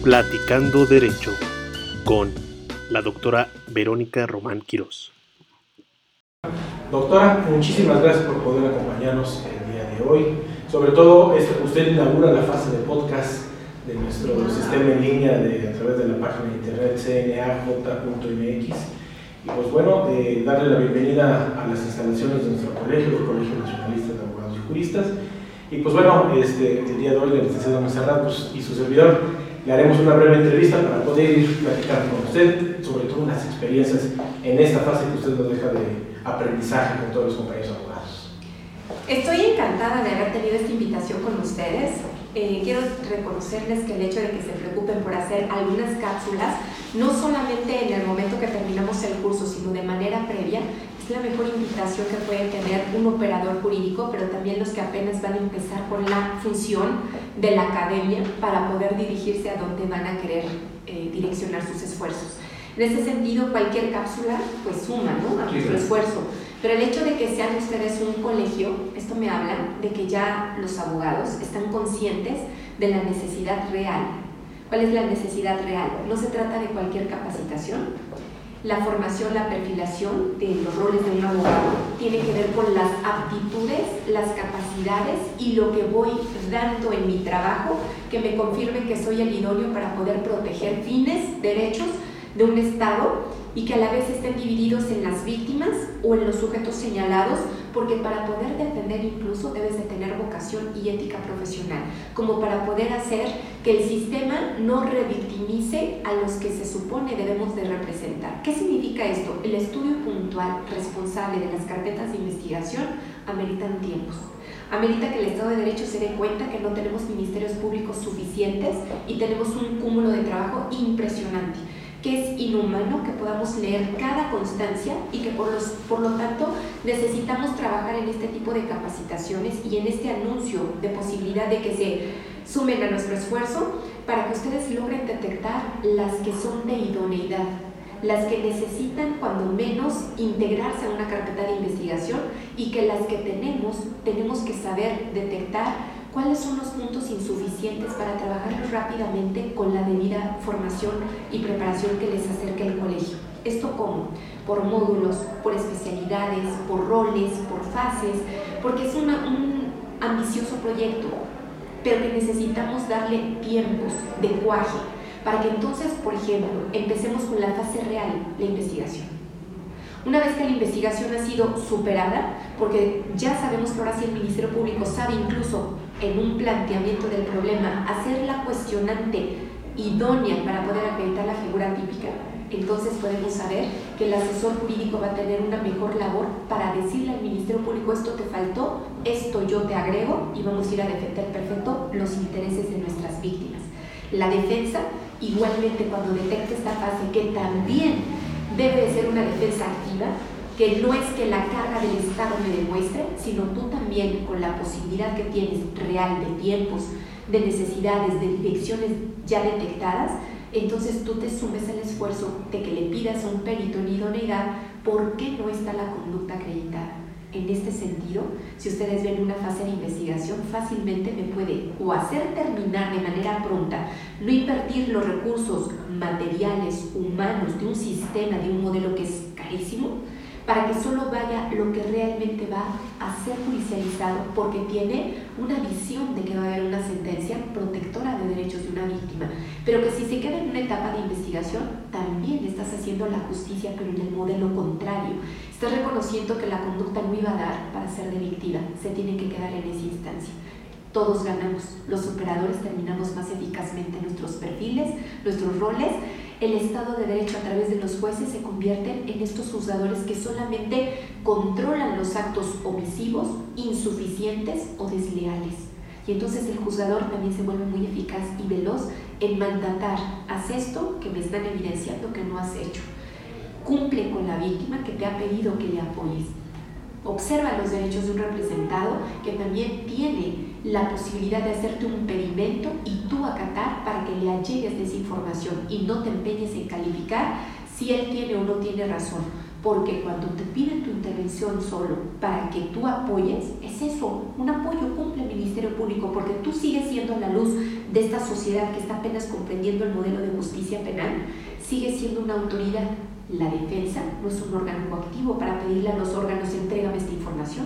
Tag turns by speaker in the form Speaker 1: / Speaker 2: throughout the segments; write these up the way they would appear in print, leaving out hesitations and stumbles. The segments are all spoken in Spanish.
Speaker 1: Platicando Derecho con la doctora Verónica Román Quirós.
Speaker 2: Doctora, muchísimas gracias por poder acompañarnos el día de hoy. Sobre todo, usted inaugura la fase de podcast de nuestro sistema en línea a través de la página de internet cnaj.mx. Y pues bueno, darle la bienvenida a las instalaciones de nuestro colegio, el Colegio Nacionalista de Abogados y Juristas. Y pues bueno, el día de hoy, la licenciada Monserrat y su servidor, le haremos una breve entrevista para poder ir platicando con usted, sobre todo las experiencias en esta fase que usted nos deja de aprendizaje con todos los compañeros abogados.
Speaker 3: Estoy encantada de haber tenido esta invitación con ustedes. Quiero reconocerles que el hecho de que se preocupen por hacer algunas cápsulas, no solamente en el momento que terminamos el curso, sino de manera previa, es la mejor invitación que puede tener un operador jurídico, pero también los que apenas van a empezar con la función de la academia para poder dirigirse a donde van a querer direccionar sus esfuerzos. En ese sentido, cualquier cápsula pues suma, ¿no?, a nuestro esfuerzo. Pero el hecho de que sean ustedes un colegio, esto me habla de que ya los abogados están conscientes de la necesidad real. ¿Cuál es la necesidad real? No se trata de cualquier capacitación. La formación, la perfilación de los roles de un abogado tiene que ver con las aptitudes, las capacidades y lo que voy dando en mi trabajo que me confirme que soy el idóneo para poder proteger fines, derechos de un Estado, y que a la vez estén divididos en las víctimas o en los sujetos señalados, porque para poder defender incluso debes de tener vocación y ética profesional, como para poder hacer que el sistema no revictimice a los que se supone debemos de representar. ¿Qué significa esto? El estudio puntual, responsable de las carpetas de investigación ameritan tiempos. Amerita que el Estado de Derecho se dé cuenta que no tenemos ministerios públicos suficientes y tenemos un cúmulo de trabajo impresionante, que es inhumano que podamos leer cada constancia y que por lo tanto necesitamos trabajar en este tipo de capacitaciones y en este anuncio de posibilidad de que se sumen a nuestro esfuerzo para que ustedes logren detectar las que son de idoneidad, las que necesitan cuando menos integrarse a una carpeta de investigación y que las que tenemos que saber detectar cuáles son los puntos insuficientes para trabajarlos rápidamente con la debida formación y preparación que les acerque el colegio. ¿Esto cómo? Por módulos, por especialidades, por roles, por fases, porque es un ambicioso proyecto, pero que necesitamos darle tiempos de cuaje para que entonces, por ejemplo, empecemos con la fase real, la investigación. Una vez que la investigación ha sido superada, porque ya sabemos que ahora sí el Ministerio Público sabe incluso en un planteamiento del problema hacerla cuestionante idónea para poder acreditar la figura típica, entonces podemos saber que el asesor jurídico va a tener una mejor labor para decirle al Ministerio Público: esto te faltó, esto yo te agrego, y vamos a ir a defender perfecto los intereses de nuestras víctimas. La defensa, igualmente, cuando detecte esta fase, que también debe de ser una defensa activa, que no es que la carga del Estado me demuestre, sino tú también, con la posibilidad que tienes real de tiempos, de necesidades, de direcciones ya detectadas, entonces tú te sumes al esfuerzo de que le pidas a un perito en idoneidad por qué no está la conducta acreditada. En este sentido, si ustedes ven una fase de investigación, fácilmente me puede o hacer terminar de manera pronta, no invertir los recursos materiales, humanos, de un sistema, de un modelo que es carísimo, para que solo vaya lo que realmente va a ser judicializado, porque tiene una visión de que va a haber una sentencia protectora de derechos de una víctima, pero que si se queda en una etapa de investigación, también estás haciendo la justicia, pero en el modelo contrario. Estás reconociendo que la conducta no iba a dar para ser delictiva, se tiene que quedar en esa instancia. Todos ganamos, los operadores terminamos más eficazmente nuestros perfiles, nuestros roles. El Estado de Derecho, a través de los jueces, se convierten en estos juzgadores que solamente controlan los actos omisivos, insuficientes o desleales. Y entonces el juzgador también se vuelve muy eficaz y veloz en mandatar: haz esto que me están evidenciando que no has hecho. Cumple con la víctima que te ha pedido que le apoyes. Observa los derechos de un representado que también tiene la posibilidad de hacerte un pedimento y tú acatar para que le allegues de esa información y no te empeñes en calificar si él tiene o no tiene razón. Porque cuando te piden tu intervención solo para que tú apoyes, es eso, un apoyo. Cumple el Ministerio Público, porque tú sigues siendo la luz de esta sociedad que está apenas comprendiendo el modelo de justicia penal, sigue siendo una autoridad. La defensa no es un órgano coactivo para pedirle a los órganos, entrégame esta información.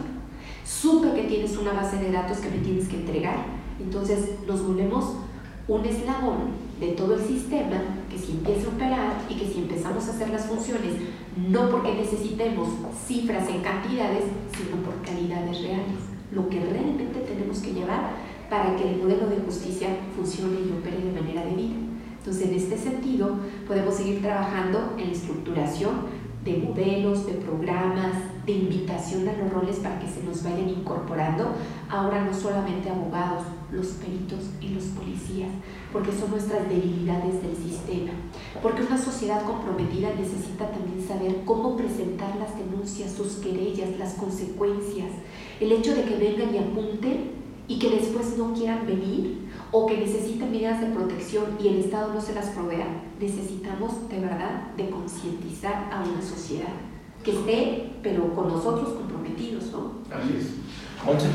Speaker 3: Supe que tienes una base de datos que me tienes que entregar. Entonces nos volvemos un eslabón de todo el sistema que si empieza a operar y que si empezamos a hacer las funciones, no porque necesitemos cifras en cantidades, sino por calidades reales. Lo que realmente tenemos que llevar para que el modelo de justicia funcione y opere de manera debida. Entonces, en este sentido, podemos seguir trabajando en la estructuración de modelos, de programas, de invitación a los roles para que se nos vayan incorporando ahora no solamente abogados, los peritos y los policías, porque son nuestras debilidades del sistema. Porque una sociedad comprometida necesita también saber cómo presentar las denuncias, sus querellas, las consecuencias. El hecho de que vengan y apunten y que después no quieran venir o que necesiten medidas de protección y el Estado no se las provea, necesitamos de verdad de concientizar a una sociedad que esté, pero con nosotros comprometidos, ¿no?
Speaker 2: Así es. Monse.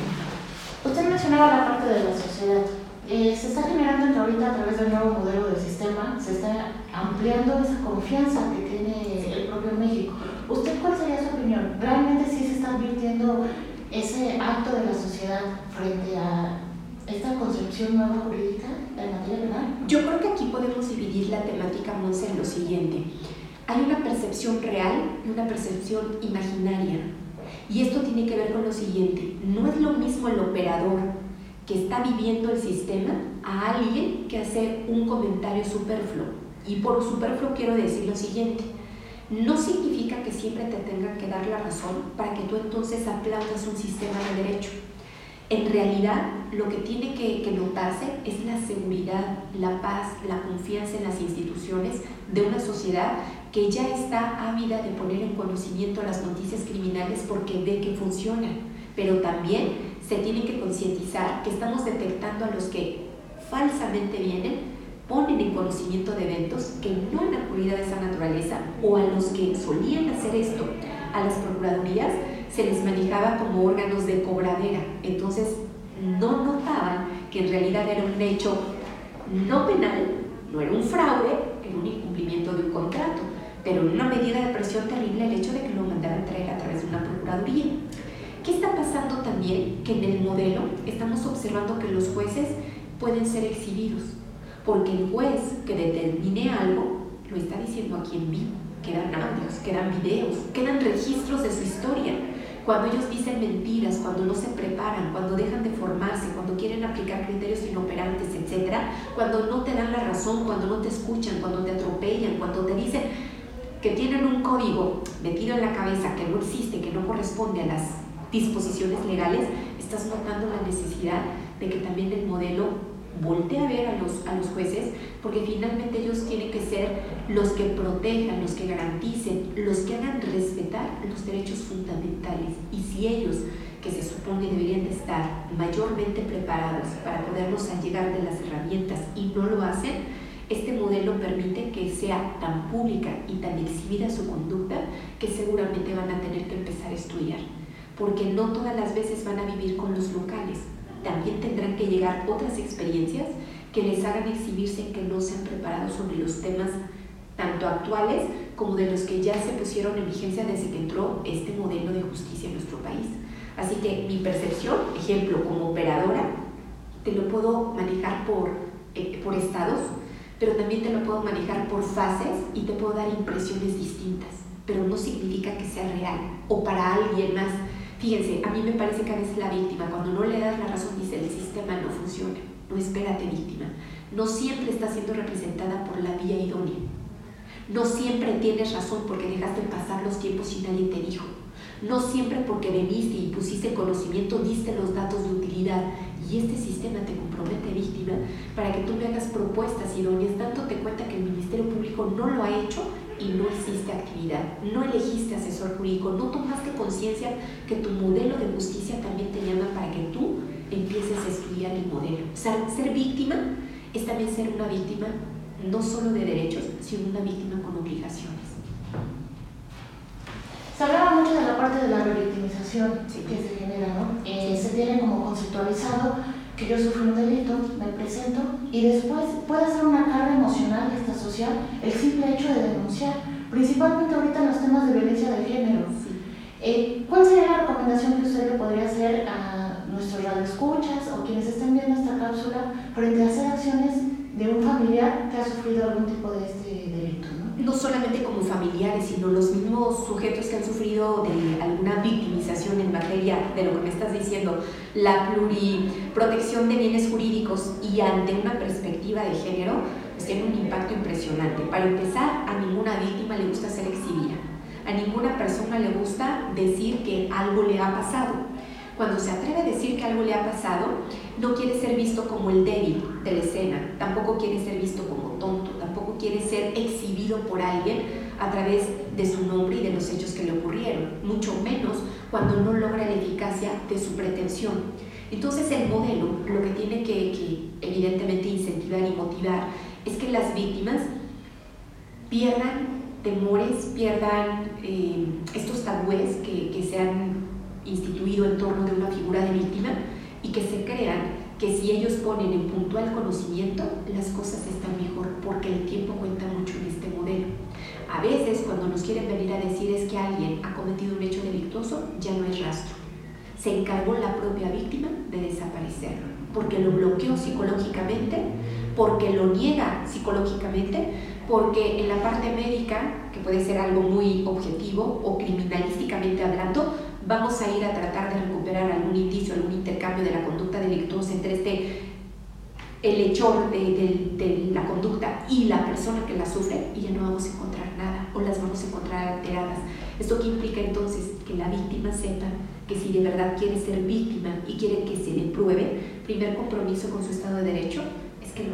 Speaker 4: Usted mencionaba la parte de la sociedad. Se está generando ahorita a través del nuevo modelo del sistema, se está ampliando esa confianza que tiene el propio México. ¿Usted cuál sería su opinión? ¿Realmente sí se está advirtiendo ese acto de la sociedad frente a esta concepción nueva jurídica en materia penal?
Speaker 3: Yo creo que aquí podemos dividir la temática, Monse, en lo siguiente. Hay una percepción real y una percepción imaginaria. Y esto tiene que ver con lo siguiente. No es lo mismo el operador que está viviendo el sistema a alguien que hace un comentario superfluo. Y por superfluo quiero decir lo siguiente. No significa que siempre te tengan que dar la razón para que tú entonces aplaudas un sistema de derecho. En realidad, lo que tiene que notarse es la seguridad, la paz, la confianza en las instituciones de una sociedad que ya está ávida de poner en conocimiento las noticias criminales porque ve que funcionan. Pero también se tiene que concientizar que estamos detectando a los que falsamente vienen, ponen en conocimiento de eventos que no han ocurrido de esa naturaleza, o a los que solían hacer esto. A las procuradurías se les manejaba como órganos de cobradera, entonces no notaban que en realidad era un hecho no penal, no era un fraude, era un incumplimiento de un contrato, pero una medida de presión terrible el hecho de que lo mandaran traer a través de una procuraduría. ¿Qué está pasando también? Que en el modelo estamos observando que los jueces pueden ser exhibidos, porque el juez que determine algo lo está diciendo aquí en vivo. Quedan audios, quedan videos, quedan registros de su historia. Cuando ellos dicen mentiras, cuando no se preparan, cuando dejan de formarse, cuando quieren aplicar criterios inoperantes, etc., cuando no te dan la razón, cuando no te escuchan, cuando te atropellan, cuando te dicen que tienen un código metido en la cabeza que no existe, que no corresponde a las disposiciones legales, estás notando la necesidad de que también el modelo voltea a ver a los jueces, porque finalmente ellos tienen que ser los que protejan, los que garanticen, los que hagan respetar los derechos fundamentales. Y si ellos, que se supone deberían de estar mayormente preparados para podernos allegar de las herramientas y no lo hacen, este modelo permite que sea tan pública y tan exhibida su conducta que seguramente van a tener que empezar a estudiar, porque no todas las veces van a vivir con los locales. También tendrán que llegar otras experiencias que les hagan exhibirse en que no se han preparado sobre los temas tanto actuales como de los que ya se pusieron en vigencia desde que entró este modelo de justicia en nuestro país. Así que mi percepción, ejemplo, como operadora, te lo puedo manejar por estados, pero también te lo puedo manejar por fases y te puedo dar impresiones distintas, pero no significa que sea real o para alguien más. Fíjense, a mí me parece que a veces la víctima, cuando no le das la razón, dice el sistema no funciona. No, espérate, víctima. No siempre está siendo representada por la vía idónea. No siempre tienes razón porque dejaste pasar los tiempos y nadie te dijo. No siempre porque veniste y pusiste conocimiento, diste los datos de utilidad. Y este sistema te compromete, víctima, para que tú me hagas propuestas idóneas, dándote cuenta que el Ministerio Público no lo ha hecho y no hiciste actividad, no elegiste asesor jurídico, no tomaste conciencia que tu modelo de justicia también te llama para que tú empieces a estudiar el modelo. O sea, ser víctima es también ser una víctima no solo de derechos, sino una víctima con obligaciones.
Speaker 4: Se hablaba mucho de la parte de la revictimización
Speaker 3: sí,
Speaker 4: que se genera, ¿no? Se tiene como conceptualizado que yo sufrí un delito, me presento y después puede ser una carga emocional y hasta social el simple hecho de denunciar, principalmente ahorita en los temas de violencia de género. ¿Cuál sería la recomendación que usted le podría hacer a nuestros radioescuchas o quienes estén viendo esta cápsula frente a hacer acciones de un familiar que ha sufrido algún tipo de este delito?
Speaker 3: No solamente como familiares, sino los mismos sujetos que han sufrido de alguna victimización en materia de lo que me estás diciendo, la pluriprotección de bienes jurídicos y ante una perspectiva de género, pues tiene un impacto impresionante. Para empezar, a ninguna víctima le gusta ser exhibida, a ninguna persona le gusta decir que algo le ha pasado. Cuando se atreve a decir que algo le ha pasado, no quiere ser visto como el débil de la escena, tampoco quiere ser visto como tonto, tampoco quiere ser exhibido por alguien a través de su nombre y de los hechos que le ocurrieron, mucho menos cuando no logra la eficacia de su pretensión. Entonces el modelo lo que tiene que evidentemente incentivar y motivar es que las víctimas pierdan temores, pierdan estos tabúes que se han instituido en torno de una figura de víctima y que se crean que si ellos ponen en puntual conocimiento, las cosas están mejor, porque el tiempo cuenta mucho en este modelo. A veces, cuando nos quieren venir a decir es que alguien ha cometido un hecho delictuoso, ya no hay rastro. Se encargó la propia víctima de desaparecerlo, porque lo bloqueó psicológicamente, porque lo niega psicológicamente, porque en la parte médica, que puede ser algo muy objetivo o criminalísticamente hablando, vamos a ir a tratar de recuperar algún indicio, algún intercambio de la conducta delictuosa entre el hechor de la conducta y la persona que la sufre, y ya no vamos a encontrar nada o las vamos a encontrar alteradas. ¿Esto qué implica entonces? Que la víctima sepa que si de verdad quiere ser víctima y quiere que se le pruebe, primer compromiso con su Estado de Derecho es que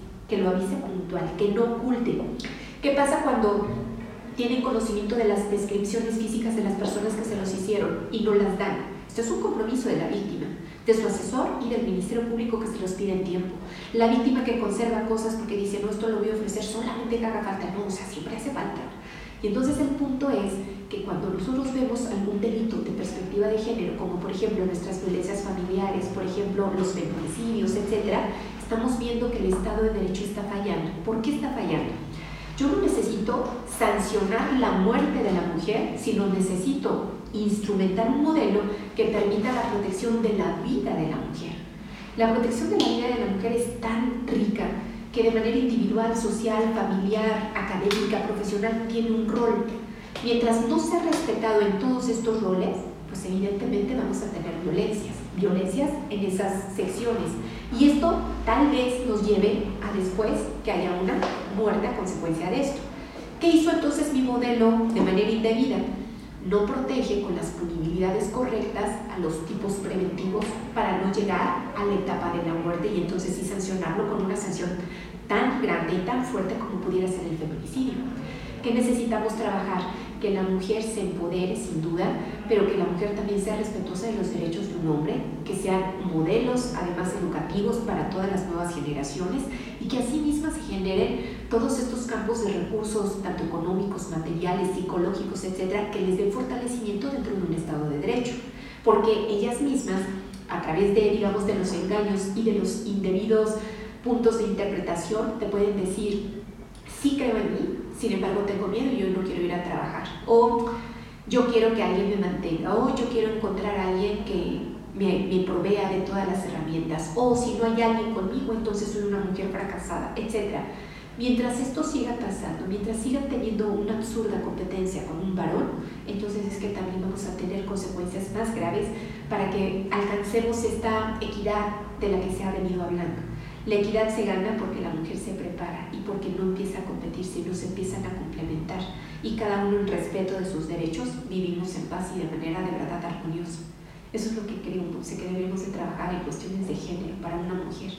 Speaker 3: lo avise puntual, que no oculte. ¿Qué pasa cuando tienen conocimiento de las descripciones físicas de las personas que se los hicieron y no las dan? Esto es un compromiso de la víctima, de su asesor y del Ministerio Público que se los pide en tiempo. La víctima que conserva cosas porque dice, no, esto lo voy a ofrecer solamente que haga falta. No, o sea, siempre hace falta. Y entonces el punto es que cuando nosotros vemos algún delito de perspectiva de género, como por ejemplo nuestras violencias familiares, por ejemplo los feminicidios, etc., estamos viendo que el Estado de Derecho está fallando. ¿Por qué está fallando? Yo no necesito sancionar la muerte de la mujer, sino necesito instrumentar un modelo que permita la protección de la vida de la mujer. La protección de la vida de la mujer es tan rica que de manera individual, social, familiar, académica, profesional, tiene un rol. Mientras no sea respetado en todos estos roles, pues evidentemente vamos a tener violencias en esas secciones. Y esto tal vez nos lleve a después que haya una muerte a consecuencia de esto. ¿Qué hizo entonces mi modelo de manera indebida? No protege con las punibilidades correctas a los tipos preventivos para no llegar a la etapa de la muerte y entonces sí sancionarlo con una sanción tan grande y tan fuerte como pudiera ser el feminicidio. ¿Qué necesitamos trabajar? Que la mujer se empodere sin duda, pero que la mujer también sea respetuosa de los derechos de un hombre, que sean modelos además educativos para todas las nuevas generaciones y que así mismas se generen todos estos campos de recursos, tanto económicos, materiales, psicológicos, etcétera, que les den fortalecimiento dentro de un Estado de Derecho, porque ellas mismas, a través de, digamos, de los engaños y de los indebidos puntos de interpretación, te pueden decir, sí creo en mí, sin embargo tengo miedo y yo no quiero ir a trabajar, o yo quiero que alguien me mantenga, o yo quiero encontrar a alguien que me provea de todas las herramientas, o si no hay alguien conmigo, entonces soy una mujer fracasada, etc. Mientras esto siga pasando, mientras sigan teniendo una absurda competencia con un varón, entonces es que también vamos a tener consecuencias más graves para que alcancemos esta equidad de la que se ha venido hablando. La equidad se gana porque la mujer se prepara y porque no empieza a competir, sino se empiezan a complementar y cada uno en respeto de sus derechos vivimos en paz y de manera de verdad armoniosa. Eso es lo que creo, que debemos de trabajar en cuestiones de género para una mujer.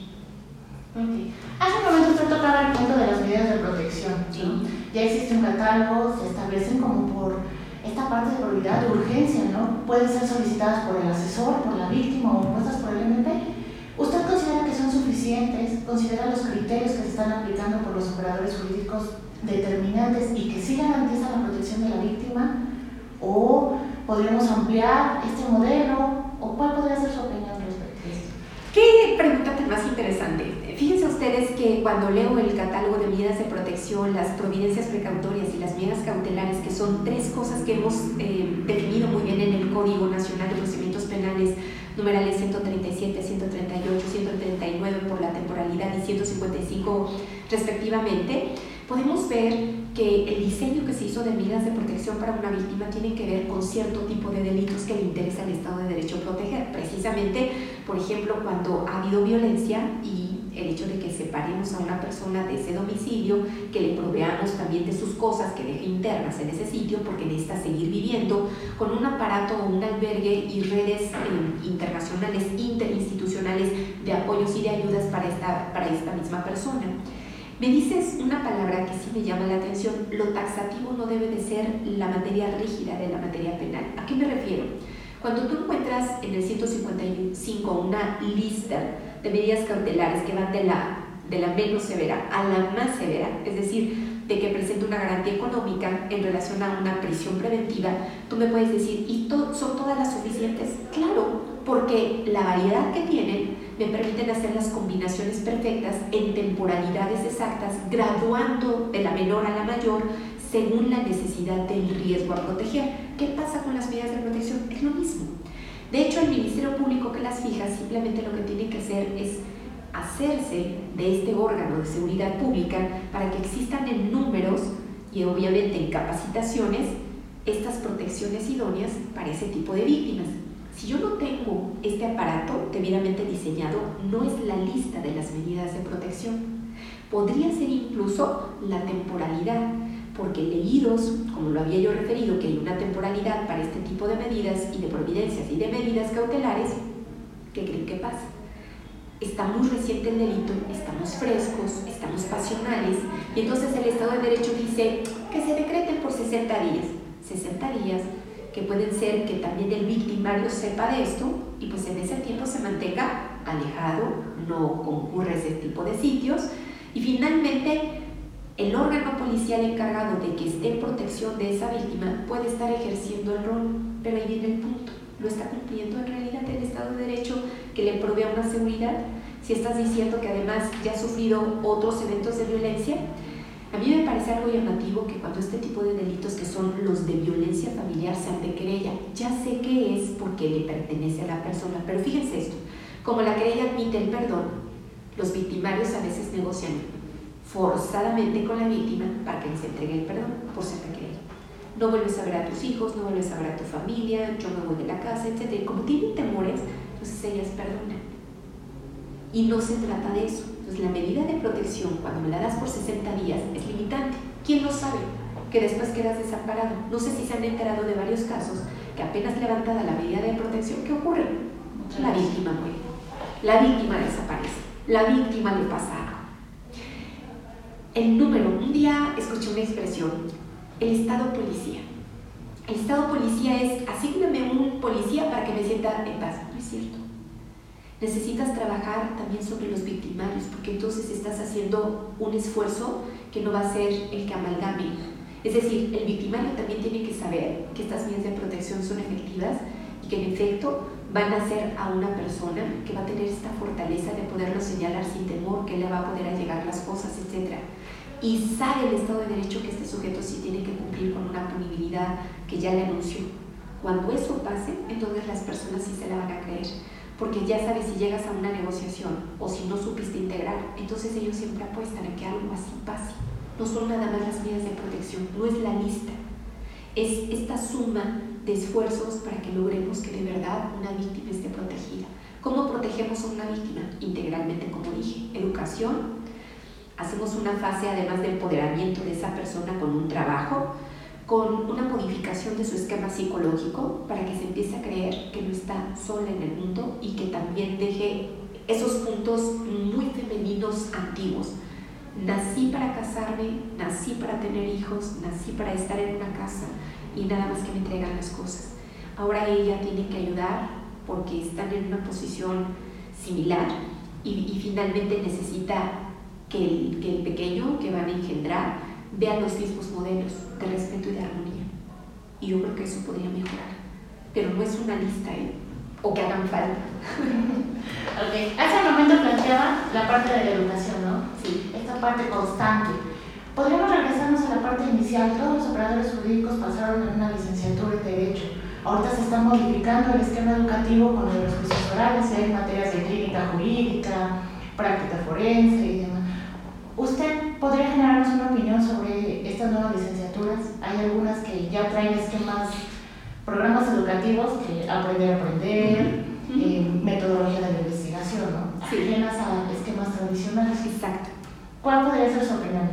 Speaker 4: Okay. Hace un momento usted tocaba el punto de las medidas de protección, ¿sí? Ya existe un catálogo, se establecen como por esta parte de prioridad, de urgencia, ¿no? Pueden ser solicitadas por el asesor, por la víctima o puestas por el MP. ¿Usted considera que son suficientes? ¿Considera los criterios que se están aplicando por los operadores jurídicos determinantes y que sí garantizan la protección de la víctima? ¿O podríamos ampliar este modelo? ¿O cuál podría ser su opinión respecto a esto?
Speaker 3: ¿Qué más interesante. Fíjense ustedes que cuando leo el catálogo de medidas de protección, las providencias precautorias y las medidas cautelares, que son 3 cosas que hemos definido muy bien en el Código Nacional de Procedimientos Penales, numerales 137, 138, 139 por la temporalidad y 155 respectivamente, podemos ver que el diseño que se hizo de medidas de protección para una víctima tiene que ver con cierto tipo de delitos que le interesa al Estado de Derecho proteger. Precisamente, por ejemplo, cuando ha habido violencia y el hecho de que separemos a una persona de ese domicilio, que le proveamos también de sus cosas, que deje internas en ese sitio porque necesita seguir viviendo, con un aparato o un albergue y redes internacionales, interinstitucionales de apoyos y de ayudas para esta misma persona. Me dices una palabra que sí me llama la atención: lo taxativo no debe de ser la materia rígida de la materia penal. ¿A qué me refiero? Cuando tú encuentras en el 155 una lista de medidas cautelares que van de la menos severa a la más severa, es decir, de que presenta una garantía económica en relación a una prisión preventiva, tú me puedes decir, ¿y son todas las suficientes? Claro, porque la variedad que tienen me permiten hacer las combinaciones perfectas en temporalidades exactas, graduando de la menor a la mayor según la necesidad del riesgo a proteger. ¿Qué pasa con las medidas de protección? Es lo mismo. De hecho, el Ministerio Público que las fija simplemente lo que tiene que hacer es hacerse de este órgano de seguridad pública para que existan en números y obviamente en capacitaciones estas protecciones idóneas para ese tipo de víctimas. Si yo no tengo este aparato debidamente diseñado, no es la lista de las medidas de protección. Podría ser incluso la temporalidad, porque leídos, como lo había yo referido, que hay una temporalidad para este tipo de medidas y de providencias y de medidas cautelares, ¿qué creen que pasa? Está muy reciente el delito, estamos frescos, estamos pasionales, y entonces el Estado de Derecho dice que se decreten por 60 días. 60 días que pueden ser que también el victimario sepa de esto y pues en ese tiempo se mantenga alejado, no concurre a ese tipo de sitios, y finalmente el órgano policial encargado de que esté en protección de esa víctima puede estar ejerciendo el rol, pero ahí viene el punto: ¿lo está cumpliendo en realidad el Estado de Derecho que le provee una seguridad? Si estás diciendo que además ya ha sufrido otros eventos de violencia, a mí me parece algo llamativo que cuando este tipo de delitos, que son los de violencia familiar, se ante querella, ya sé que es porque le pertenece a la persona, pero fíjense esto: como la querella admite el perdón, los victimarios a veces negocian forzadamente con la víctima para que les entregue el perdón por ser la querella. No vuelves a ver a tus hijos, no vuelves a ver a tu familia, yo me voy de la casa, etc. Y como tienen temores, entonces ellas perdonan. Y no se trata de eso. Entonces la medida de protección, cuando me la das por 60 días, es limitante. ¿Quién lo sabe? Que después quedas desamparado. No sé si se han enterado de varios casos que apenas levantada la medida de protección, ¿qué ocurre? La víctima muere, la víctima desaparece, la víctima le pasa algo. El número, un día escuché una expresión: el Estado policía. El Estado policía es: asígname un policía para que me sienta en paz. No es cierto. Necesitas trabajar también sobre los victimarios, porque entonces estás haciendo un esfuerzo que no va a ser el que amalgame. Es decir, el victimario también tiene que saber que estas medidas de protección son efectivas y que en efecto van a hacer a una persona que va a tener esta fortaleza de poderlo señalar sin temor, que le va a poder allegar las cosas, etc. Y sabe el Estado de Derecho que este sujeto sí tiene que cumplir con una punibilidad que ya le anunció. Cuando eso pase, entonces las personas sí se la van a creer, porque ya sabes, si llegas a una negociación o si no supiste integrar, entonces ellos siempre apuestan a que algo así pase. No son nada más las medidas de protección, no es la lista, es esta suma de esfuerzos para que logremos que de verdad una víctima esté protegida. ¿Cómo protegemos a una víctima? Integralmente, como dije: educación, hacemos una fase además de empoderamiento de esa persona con un trabajo, con una modificación de su esquema psicológico para que se empiece a creer que no está sola en el mundo y que también deje esos puntos muy femeninos antiguos. Nací para casarme, nací para tener hijos, nací para estar en una casa y nada más que me entregan las cosas. Ahora ella tiene que ayudar porque están en una posición similar y finalmente necesita que el pequeño que van a engendrar vea los mismos modelos de respeto y de armonía. Y yo creo que eso podría mejorar. Pero no es una lista, o que hagan falta.
Speaker 4: Okay. Hace un momento planteaba la parte de la educación, ¿no?
Speaker 3: Sí.
Speaker 4: Esta parte constante. Podríamos regresarnos a la parte inicial. Todos los operadores jurídicos pasaron en una licenciatura en Derecho. Ahorita se está modificando el esquema educativo con lo de los juicios orales, hay materias de clínica jurídica, práctica forense y demás. ¿Usted podría generarnos una opinión sobre estas nuevas licenciaturas? Hay algunas que ya traen esquemas, programas educativos que aprender a aprender, metodología de la investigación, ¿no?
Speaker 3: Sí.
Speaker 4: Ajenas a esquemas tradicionales.
Speaker 3: Exacto.
Speaker 4: ¿Cuál podría ser su opinión?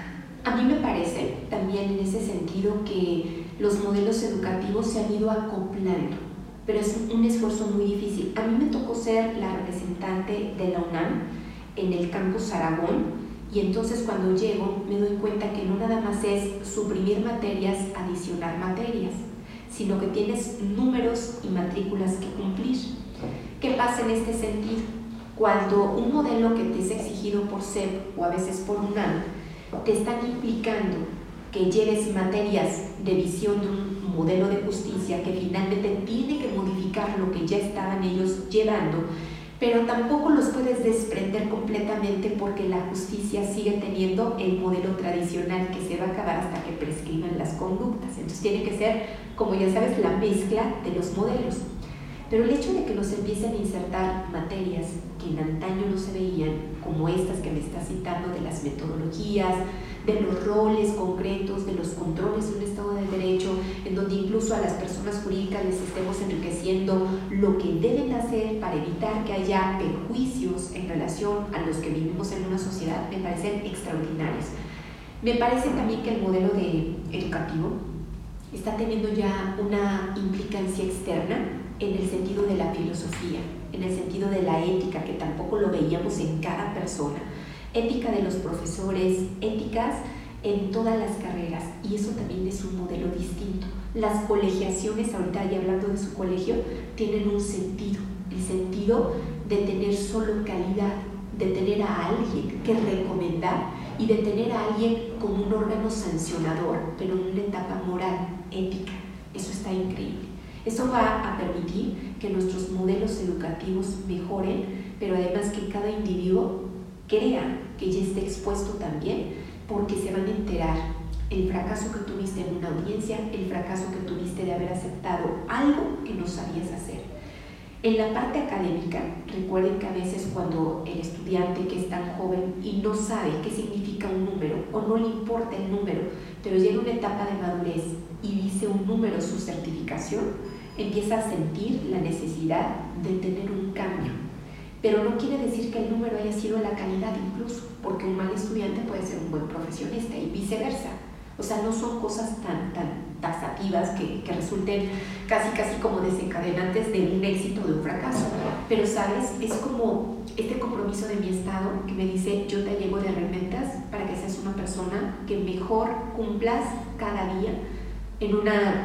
Speaker 3: A mí me parece también en ese sentido que los modelos educativos se han ido acoplando, pero es un esfuerzo muy difícil. A mí me tocó ser la representante de la UNAM en el campus Aragón, y entonces cuando llego me doy cuenta que no nada más es suprimir materias, adicionar materias, sino que tienes números y matrículas que cumplir. ¿Qué pasa en este sentido? Cuando un modelo que te es exigido por SEP o a veces por UNAM te están implicando que lleves materias de visión de un modelo de justicia que finalmente tiene que modificar lo que ya estaban ellos llevando, pero tampoco los puedes desprender completamente porque la justicia sigue teniendo el modelo tradicional que se va a acabar hasta que prescriban las conductas. Entonces tiene que ser, como ya sabes, la mezcla de los modelos. Pero el hecho de que nos empiecen a insertar materias que en antaño no se veían, como estas que me estás citando, de las metodologías, de los roles concretos, de los controles de un Estado de Derecho, en donde incluso a las personas jurídicas les estemos enriqueciendo lo que deben hacer para evitar que haya perjuicios en relación a los que vivimos en una sociedad, me parecen extraordinarios. Me parece también que el modelo educativo está teniendo ya una implicancia externa en el sentido de la filosofía, en el sentido de la ética, que tampoco lo veíamos en cada persona. Ética de los profesores, éticas en todas las carreras, y eso también es un modelo distinto. Las colegiaciones, ahorita ya hablando de su colegio, tienen un sentido, el sentido de tener solo calidad, de tener a alguien que recomendar y de tener a alguien como un órgano sancionador, pero en una etapa moral, ética. Eso está increíble. Eso va a permitir que nuestros modelos educativos mejoren, pero además que cada individuo crea que ya esté expuesto también, porque se van a enterar el fracaso que tuviste en una audiencia, el fracaso que tuviste de haber aceptado algo que no sabías hacer. En la parte académica, recuerden que a veces cuando el estudiante que es tan joven y no sabe qué significa un número o no le importa el número, pero llega una etapa de madurez y dice un número su certificación, empieza a sentir la necesidad de tener un cambio. Pero no quiere decir que el número haya sido la calidad incluso, porque un mal estudiante puede ser un buen profesionista y viceversa. O sea, no son cosas tan taxativas que resulten casi como desencadenantes de un éxito o de un fracaso. Pero, ¿sabes? Es como este compromiso de mi Estado que me dice, yo te llevo de herramientas para que seas una persona que mejor cumplas cada día en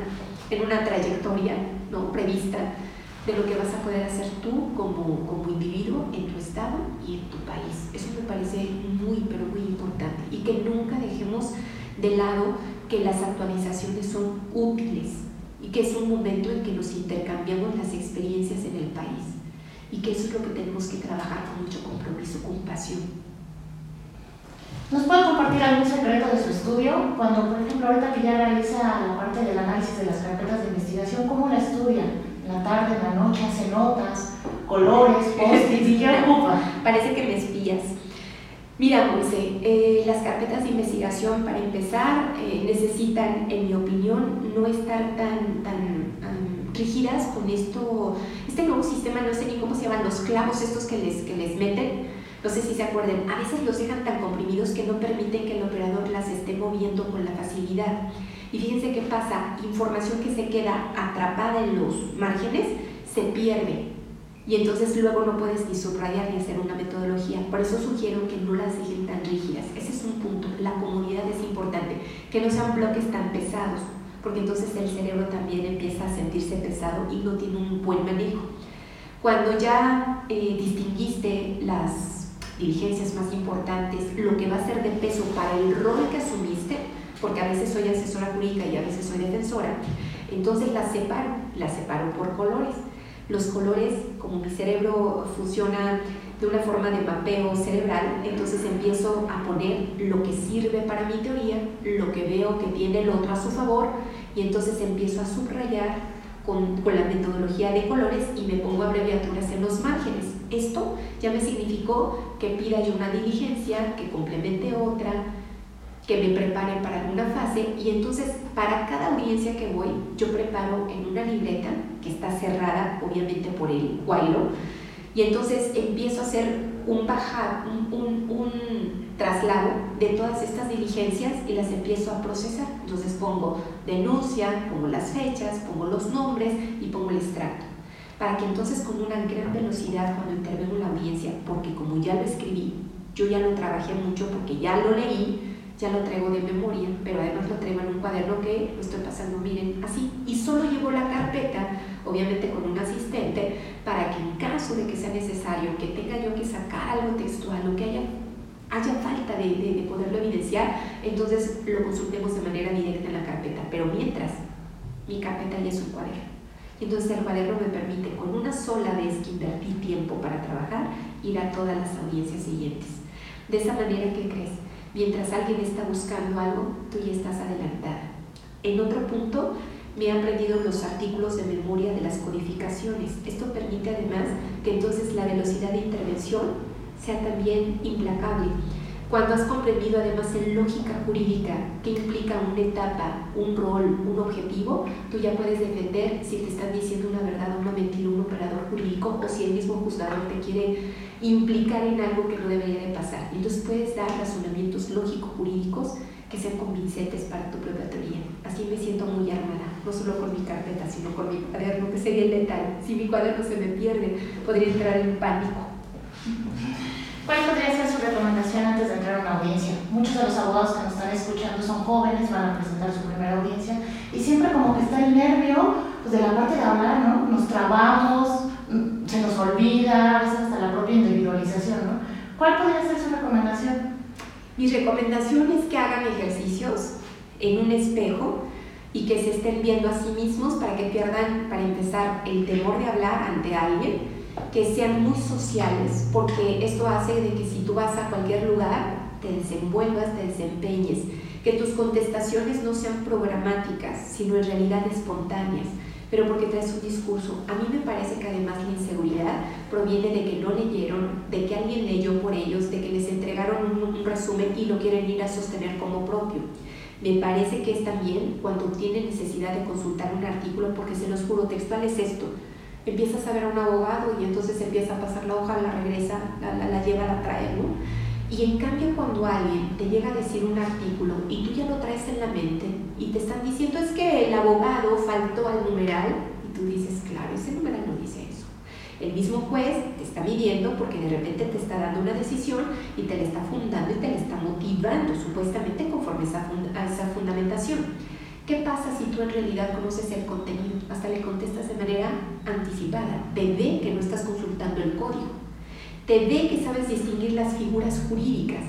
Speaker 3: una trayectoria, ¿no?, prevista de lo que vas a poder hacer tú como individuo en tu estado y en tu país. Eso me parece muy, pero muy importante, y que nunca dejemos de lado que las actualizaciones son útiles y que es un momento en que nos intercambiamos las experiencias en el país, y que eso es lo que tenemos que trabajar con mucho compromiso, con pasión.
Speaker 4: ¿Nos puede compartir algún secreto de su estudio? Cuando, por ejemplo, ahorita que ya realiza la parte del análisis de las carpetas de investigación, ¿cómo la estudia? ¿En la tarde, en la noche, hace notas, colores, post-its y qué ocupa?
Speaker 3: Parece que me espías. Mira, Monse, las carpetas de investigación, para empezar, necesitan, en mi opinión, no estar tan rígidas con este nuevo sistema, no sé ni cómo se llaman, los clavos estos que les meten. No sé si se acuerdan, a veces los dejan tan comprimidos que no permiten que el operador las esté moviendo con la facilidad. Y fíjense qué pasa, información que se queda atrapada en los márgenes se pierde. Y entonces luego no puedes ni subrayar ni hacer una metodología. Por eso sugiero que no las dejen tan rígidas. Ese es un punto. La comodidad es importante. Que no sean bloques tan pesados, porque entonces el cerebro también empieza a sentirse pesado y no tiene un buen manejo. Cuando ya distinguiste las diligencias más importantes, lo que va a ser de peso para el rol que asumiste, porque a veces soy asesora jurídica y a veces soy defensora, entonces las separo por colores. Los colores, como mi cerebro funciona de una forma de mapeo cerebral, entonces empiezo a poner lo que sirve para mi teoría, lo que veo que tiene el otro a su favor, y entonces empiezo a subrayar con la metodología de colores y me pongo abreviaturas en los márgenes. Esto ya me significó que pida yo una diligencia, que complemente otra, que me prepare para alguna fase, y entonces para cada audiencia que voy yo preparo en una libreta que está cerrada obviamente por el Guairo, y entonces empiezo a hacer un traslado de todas estas diligencias y las empiezo a procesar. Entonces pongo denuncia, pongo las fechas, pongo los nombres y pongo el extracto, para que entonces con una gran velocidad cuando intervengo en la audiencia, porque como ya lo escribí, yo ya lo trabajé mucho porque ya lo leí, ya lo traigo de memoria, pero además lo traigo en un cuaderno que lo estoy pasando, miren, así, y solo llevo la carpeta, obviamente con un asistente, para que en caso de que sea necesario, que tenga yo que sacar algo textual o que haya falta de poderlo evidenciar, entonces lo consultemos de manera directa en la carpeta, pero mientras, mi carpeta ya es un cuaderno. Entonces el cuaderno me permite con una sola vez que invertí tiempo para trabajar, ir a todas las audiencias siguientes. De esa manera, ¿qué crees? Mientras alguien está buscando algo, tú ya estás adelantada. En otro punto, me he aprendido los artículos de memoria de las codificaciones. Esto permite además que entonces la velocidad de intervención sea también implacable. Cuando has comprendido además en lógica jurídica qué implica una etapa, un rol, un objetivo, tú ya puedes defender si te están diciendo una verdad o una mentira un operador jurídico, o si el mismo juzgador te quiere implicar en algo que no debería de pasar. Entonces puedes dar razonamientos lógico-jurídicos que sean convincentes para tu propia teoría. Así me siento muy armada, no solo con mi carpeta, sino con mi cuaderno, que sería el detalle. Si mi cuaderno se me pierde, podría entrar en pánico.
Speaker 4: ¿Cuál podría ser su recomendación antes de entrar a una audiencia? Muchos de los abogados que nos están escuchando son jóvenes, van a presentar su primera audiencia y siempre como que está el nervio pues, de la parte de hablar, ¿no? Nos trabamos, se nos olvida, a veces hasta la propia individualización, ¿no? ¿Cuál podría ser su recomendación?
Speaker 3: Mi recomendación es que hagan ejercicios en un espejo y que se estén viendo a sí mismos para que pierdan, para empezar, el temor de hablar ante alguien, que sean muy sociales, porque esto hace de que si tú vas a cualquier lugar, te desenvuelvas, te desempeñes, que tus contestaciones no sean programáticas, sino en realidad espontáneas, pero porque traes un discurso. A mí me parece que además la inseguridad proviene de que no leyeron, de que alguien leyó por ellos, de que les entregaron un resumen y lo quieren ir a sostener como propio. Me parece que es también cuando tienen necesidad de consultar un artículo, porque se los juro, textual es esto. Empiezas a ver a un abogado y entonces empieza a pasar la hoja, la regresa, la lleva, la trae, ¿no? Y en cambio cuando alguien te llega a decir un artículo y tú ya lo traes en la mente y te están diciendo es que el abogado faltó al numeral, y tú dices, claro, ese numeral no dice eso. El mismo juez te está midiendo porque de repente te está dando una decisión y te la está fundando y te la está motivando supuestamente conforme a esa fundamentación. ¿Qué pasa si tú en realidad conoces el contenido? Hasta le contestas de manera anticipada. Te ve que no estás consultando el código. Te ve que sabes distinguir las figuras jurídicas.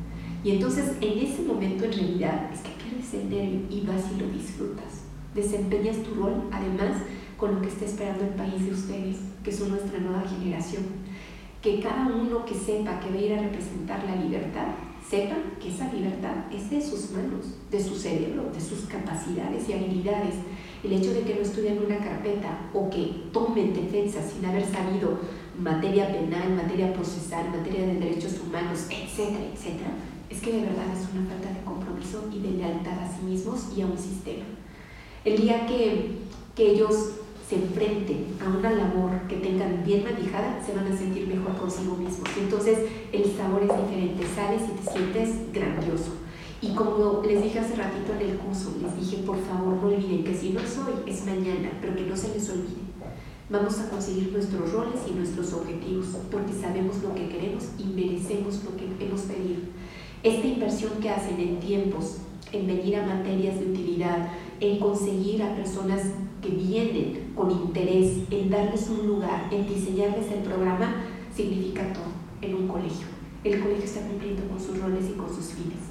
Speaker 3: Y entonces en ese momento en realidad es que pierdes el nervio y vas y lo disfrutas. Desempeñas tu rol además con lo que está esperando el país de ustedes, que son nuestra nueva generación. Que cada uno que sepa que va a ir a representar la libertad, sepa que esa libertad es de sus manos, de su cerebro, de sus capacidades y habilidades. El hecho de que no estudien una carpeta o que tomen defensa sin haber sabido materia penal, materia procesal, materia de derechos humanos, etcétera, etcétera, es que de verdad es una falta de compromiso y de lealtad a sí mismos y a un sistema. El día que ellos se enfrenten a una labor que tengan bien manejada, se van a sentir mejor consigo mismos. Entonces el sabor es diferente, sales y te sientes grandioso. Y como les dije hace ratito en el curso, les dije por favor no olviden que si no es hoy, es mañana, pero que no se les olvide. Vamos a conseguir nuestros roles y nuestros objetivos, porque sabemos lo que queremos y merecemos lo que hemos pedido. Esta inversión que hacen en tiempos, en venir a materias de utilidad, en conseguir a personas que vienen con interés, en darles un lugar, en diseñarles el programa, significa todo en un colegio. El colegio está cumpliendo con sus roles y con sus fines.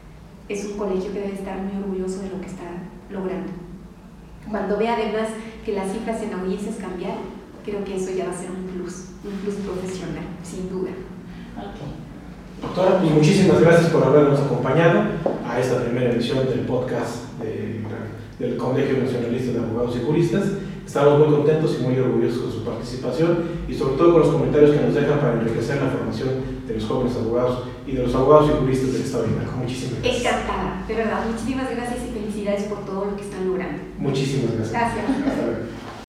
Speaker 3: Es un colegio que debe estar muy orgulloso de lo que está logrando. Cuando ve además que las cifras en audiencias cambiaron, creo que eso ya va a ser un plus profesional, sin duda.
Speaker 2: Doctora, pues muchísimas gracias por habernos acompañado a esta primera emisión del podcast del Colegio Nacionalista de Abogados y Juristas. Estamos muy contentos y muy orgullosos con su participación y sobre todo con los comentarios que nos dejan para enriquecer la formación de los jóvenes abogados y de los abogados y juristas del Estado de Hidalgo. Muchísimas gracias.
Speaker 3: Encantada, de verdad. Muchísimas gracias y felicidades por todo lo que están logrando.
Speaker 2: Muchísimas gracias.
Speaker 3: Gracias.
Speaker 2: Hasta luego.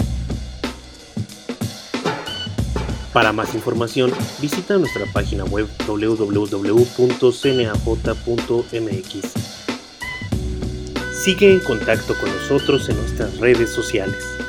Speaker 1: Para más información, visita nuestra página web www.cnaj.mx. Sigue en contacto con nosotros en nuestras redes sociales.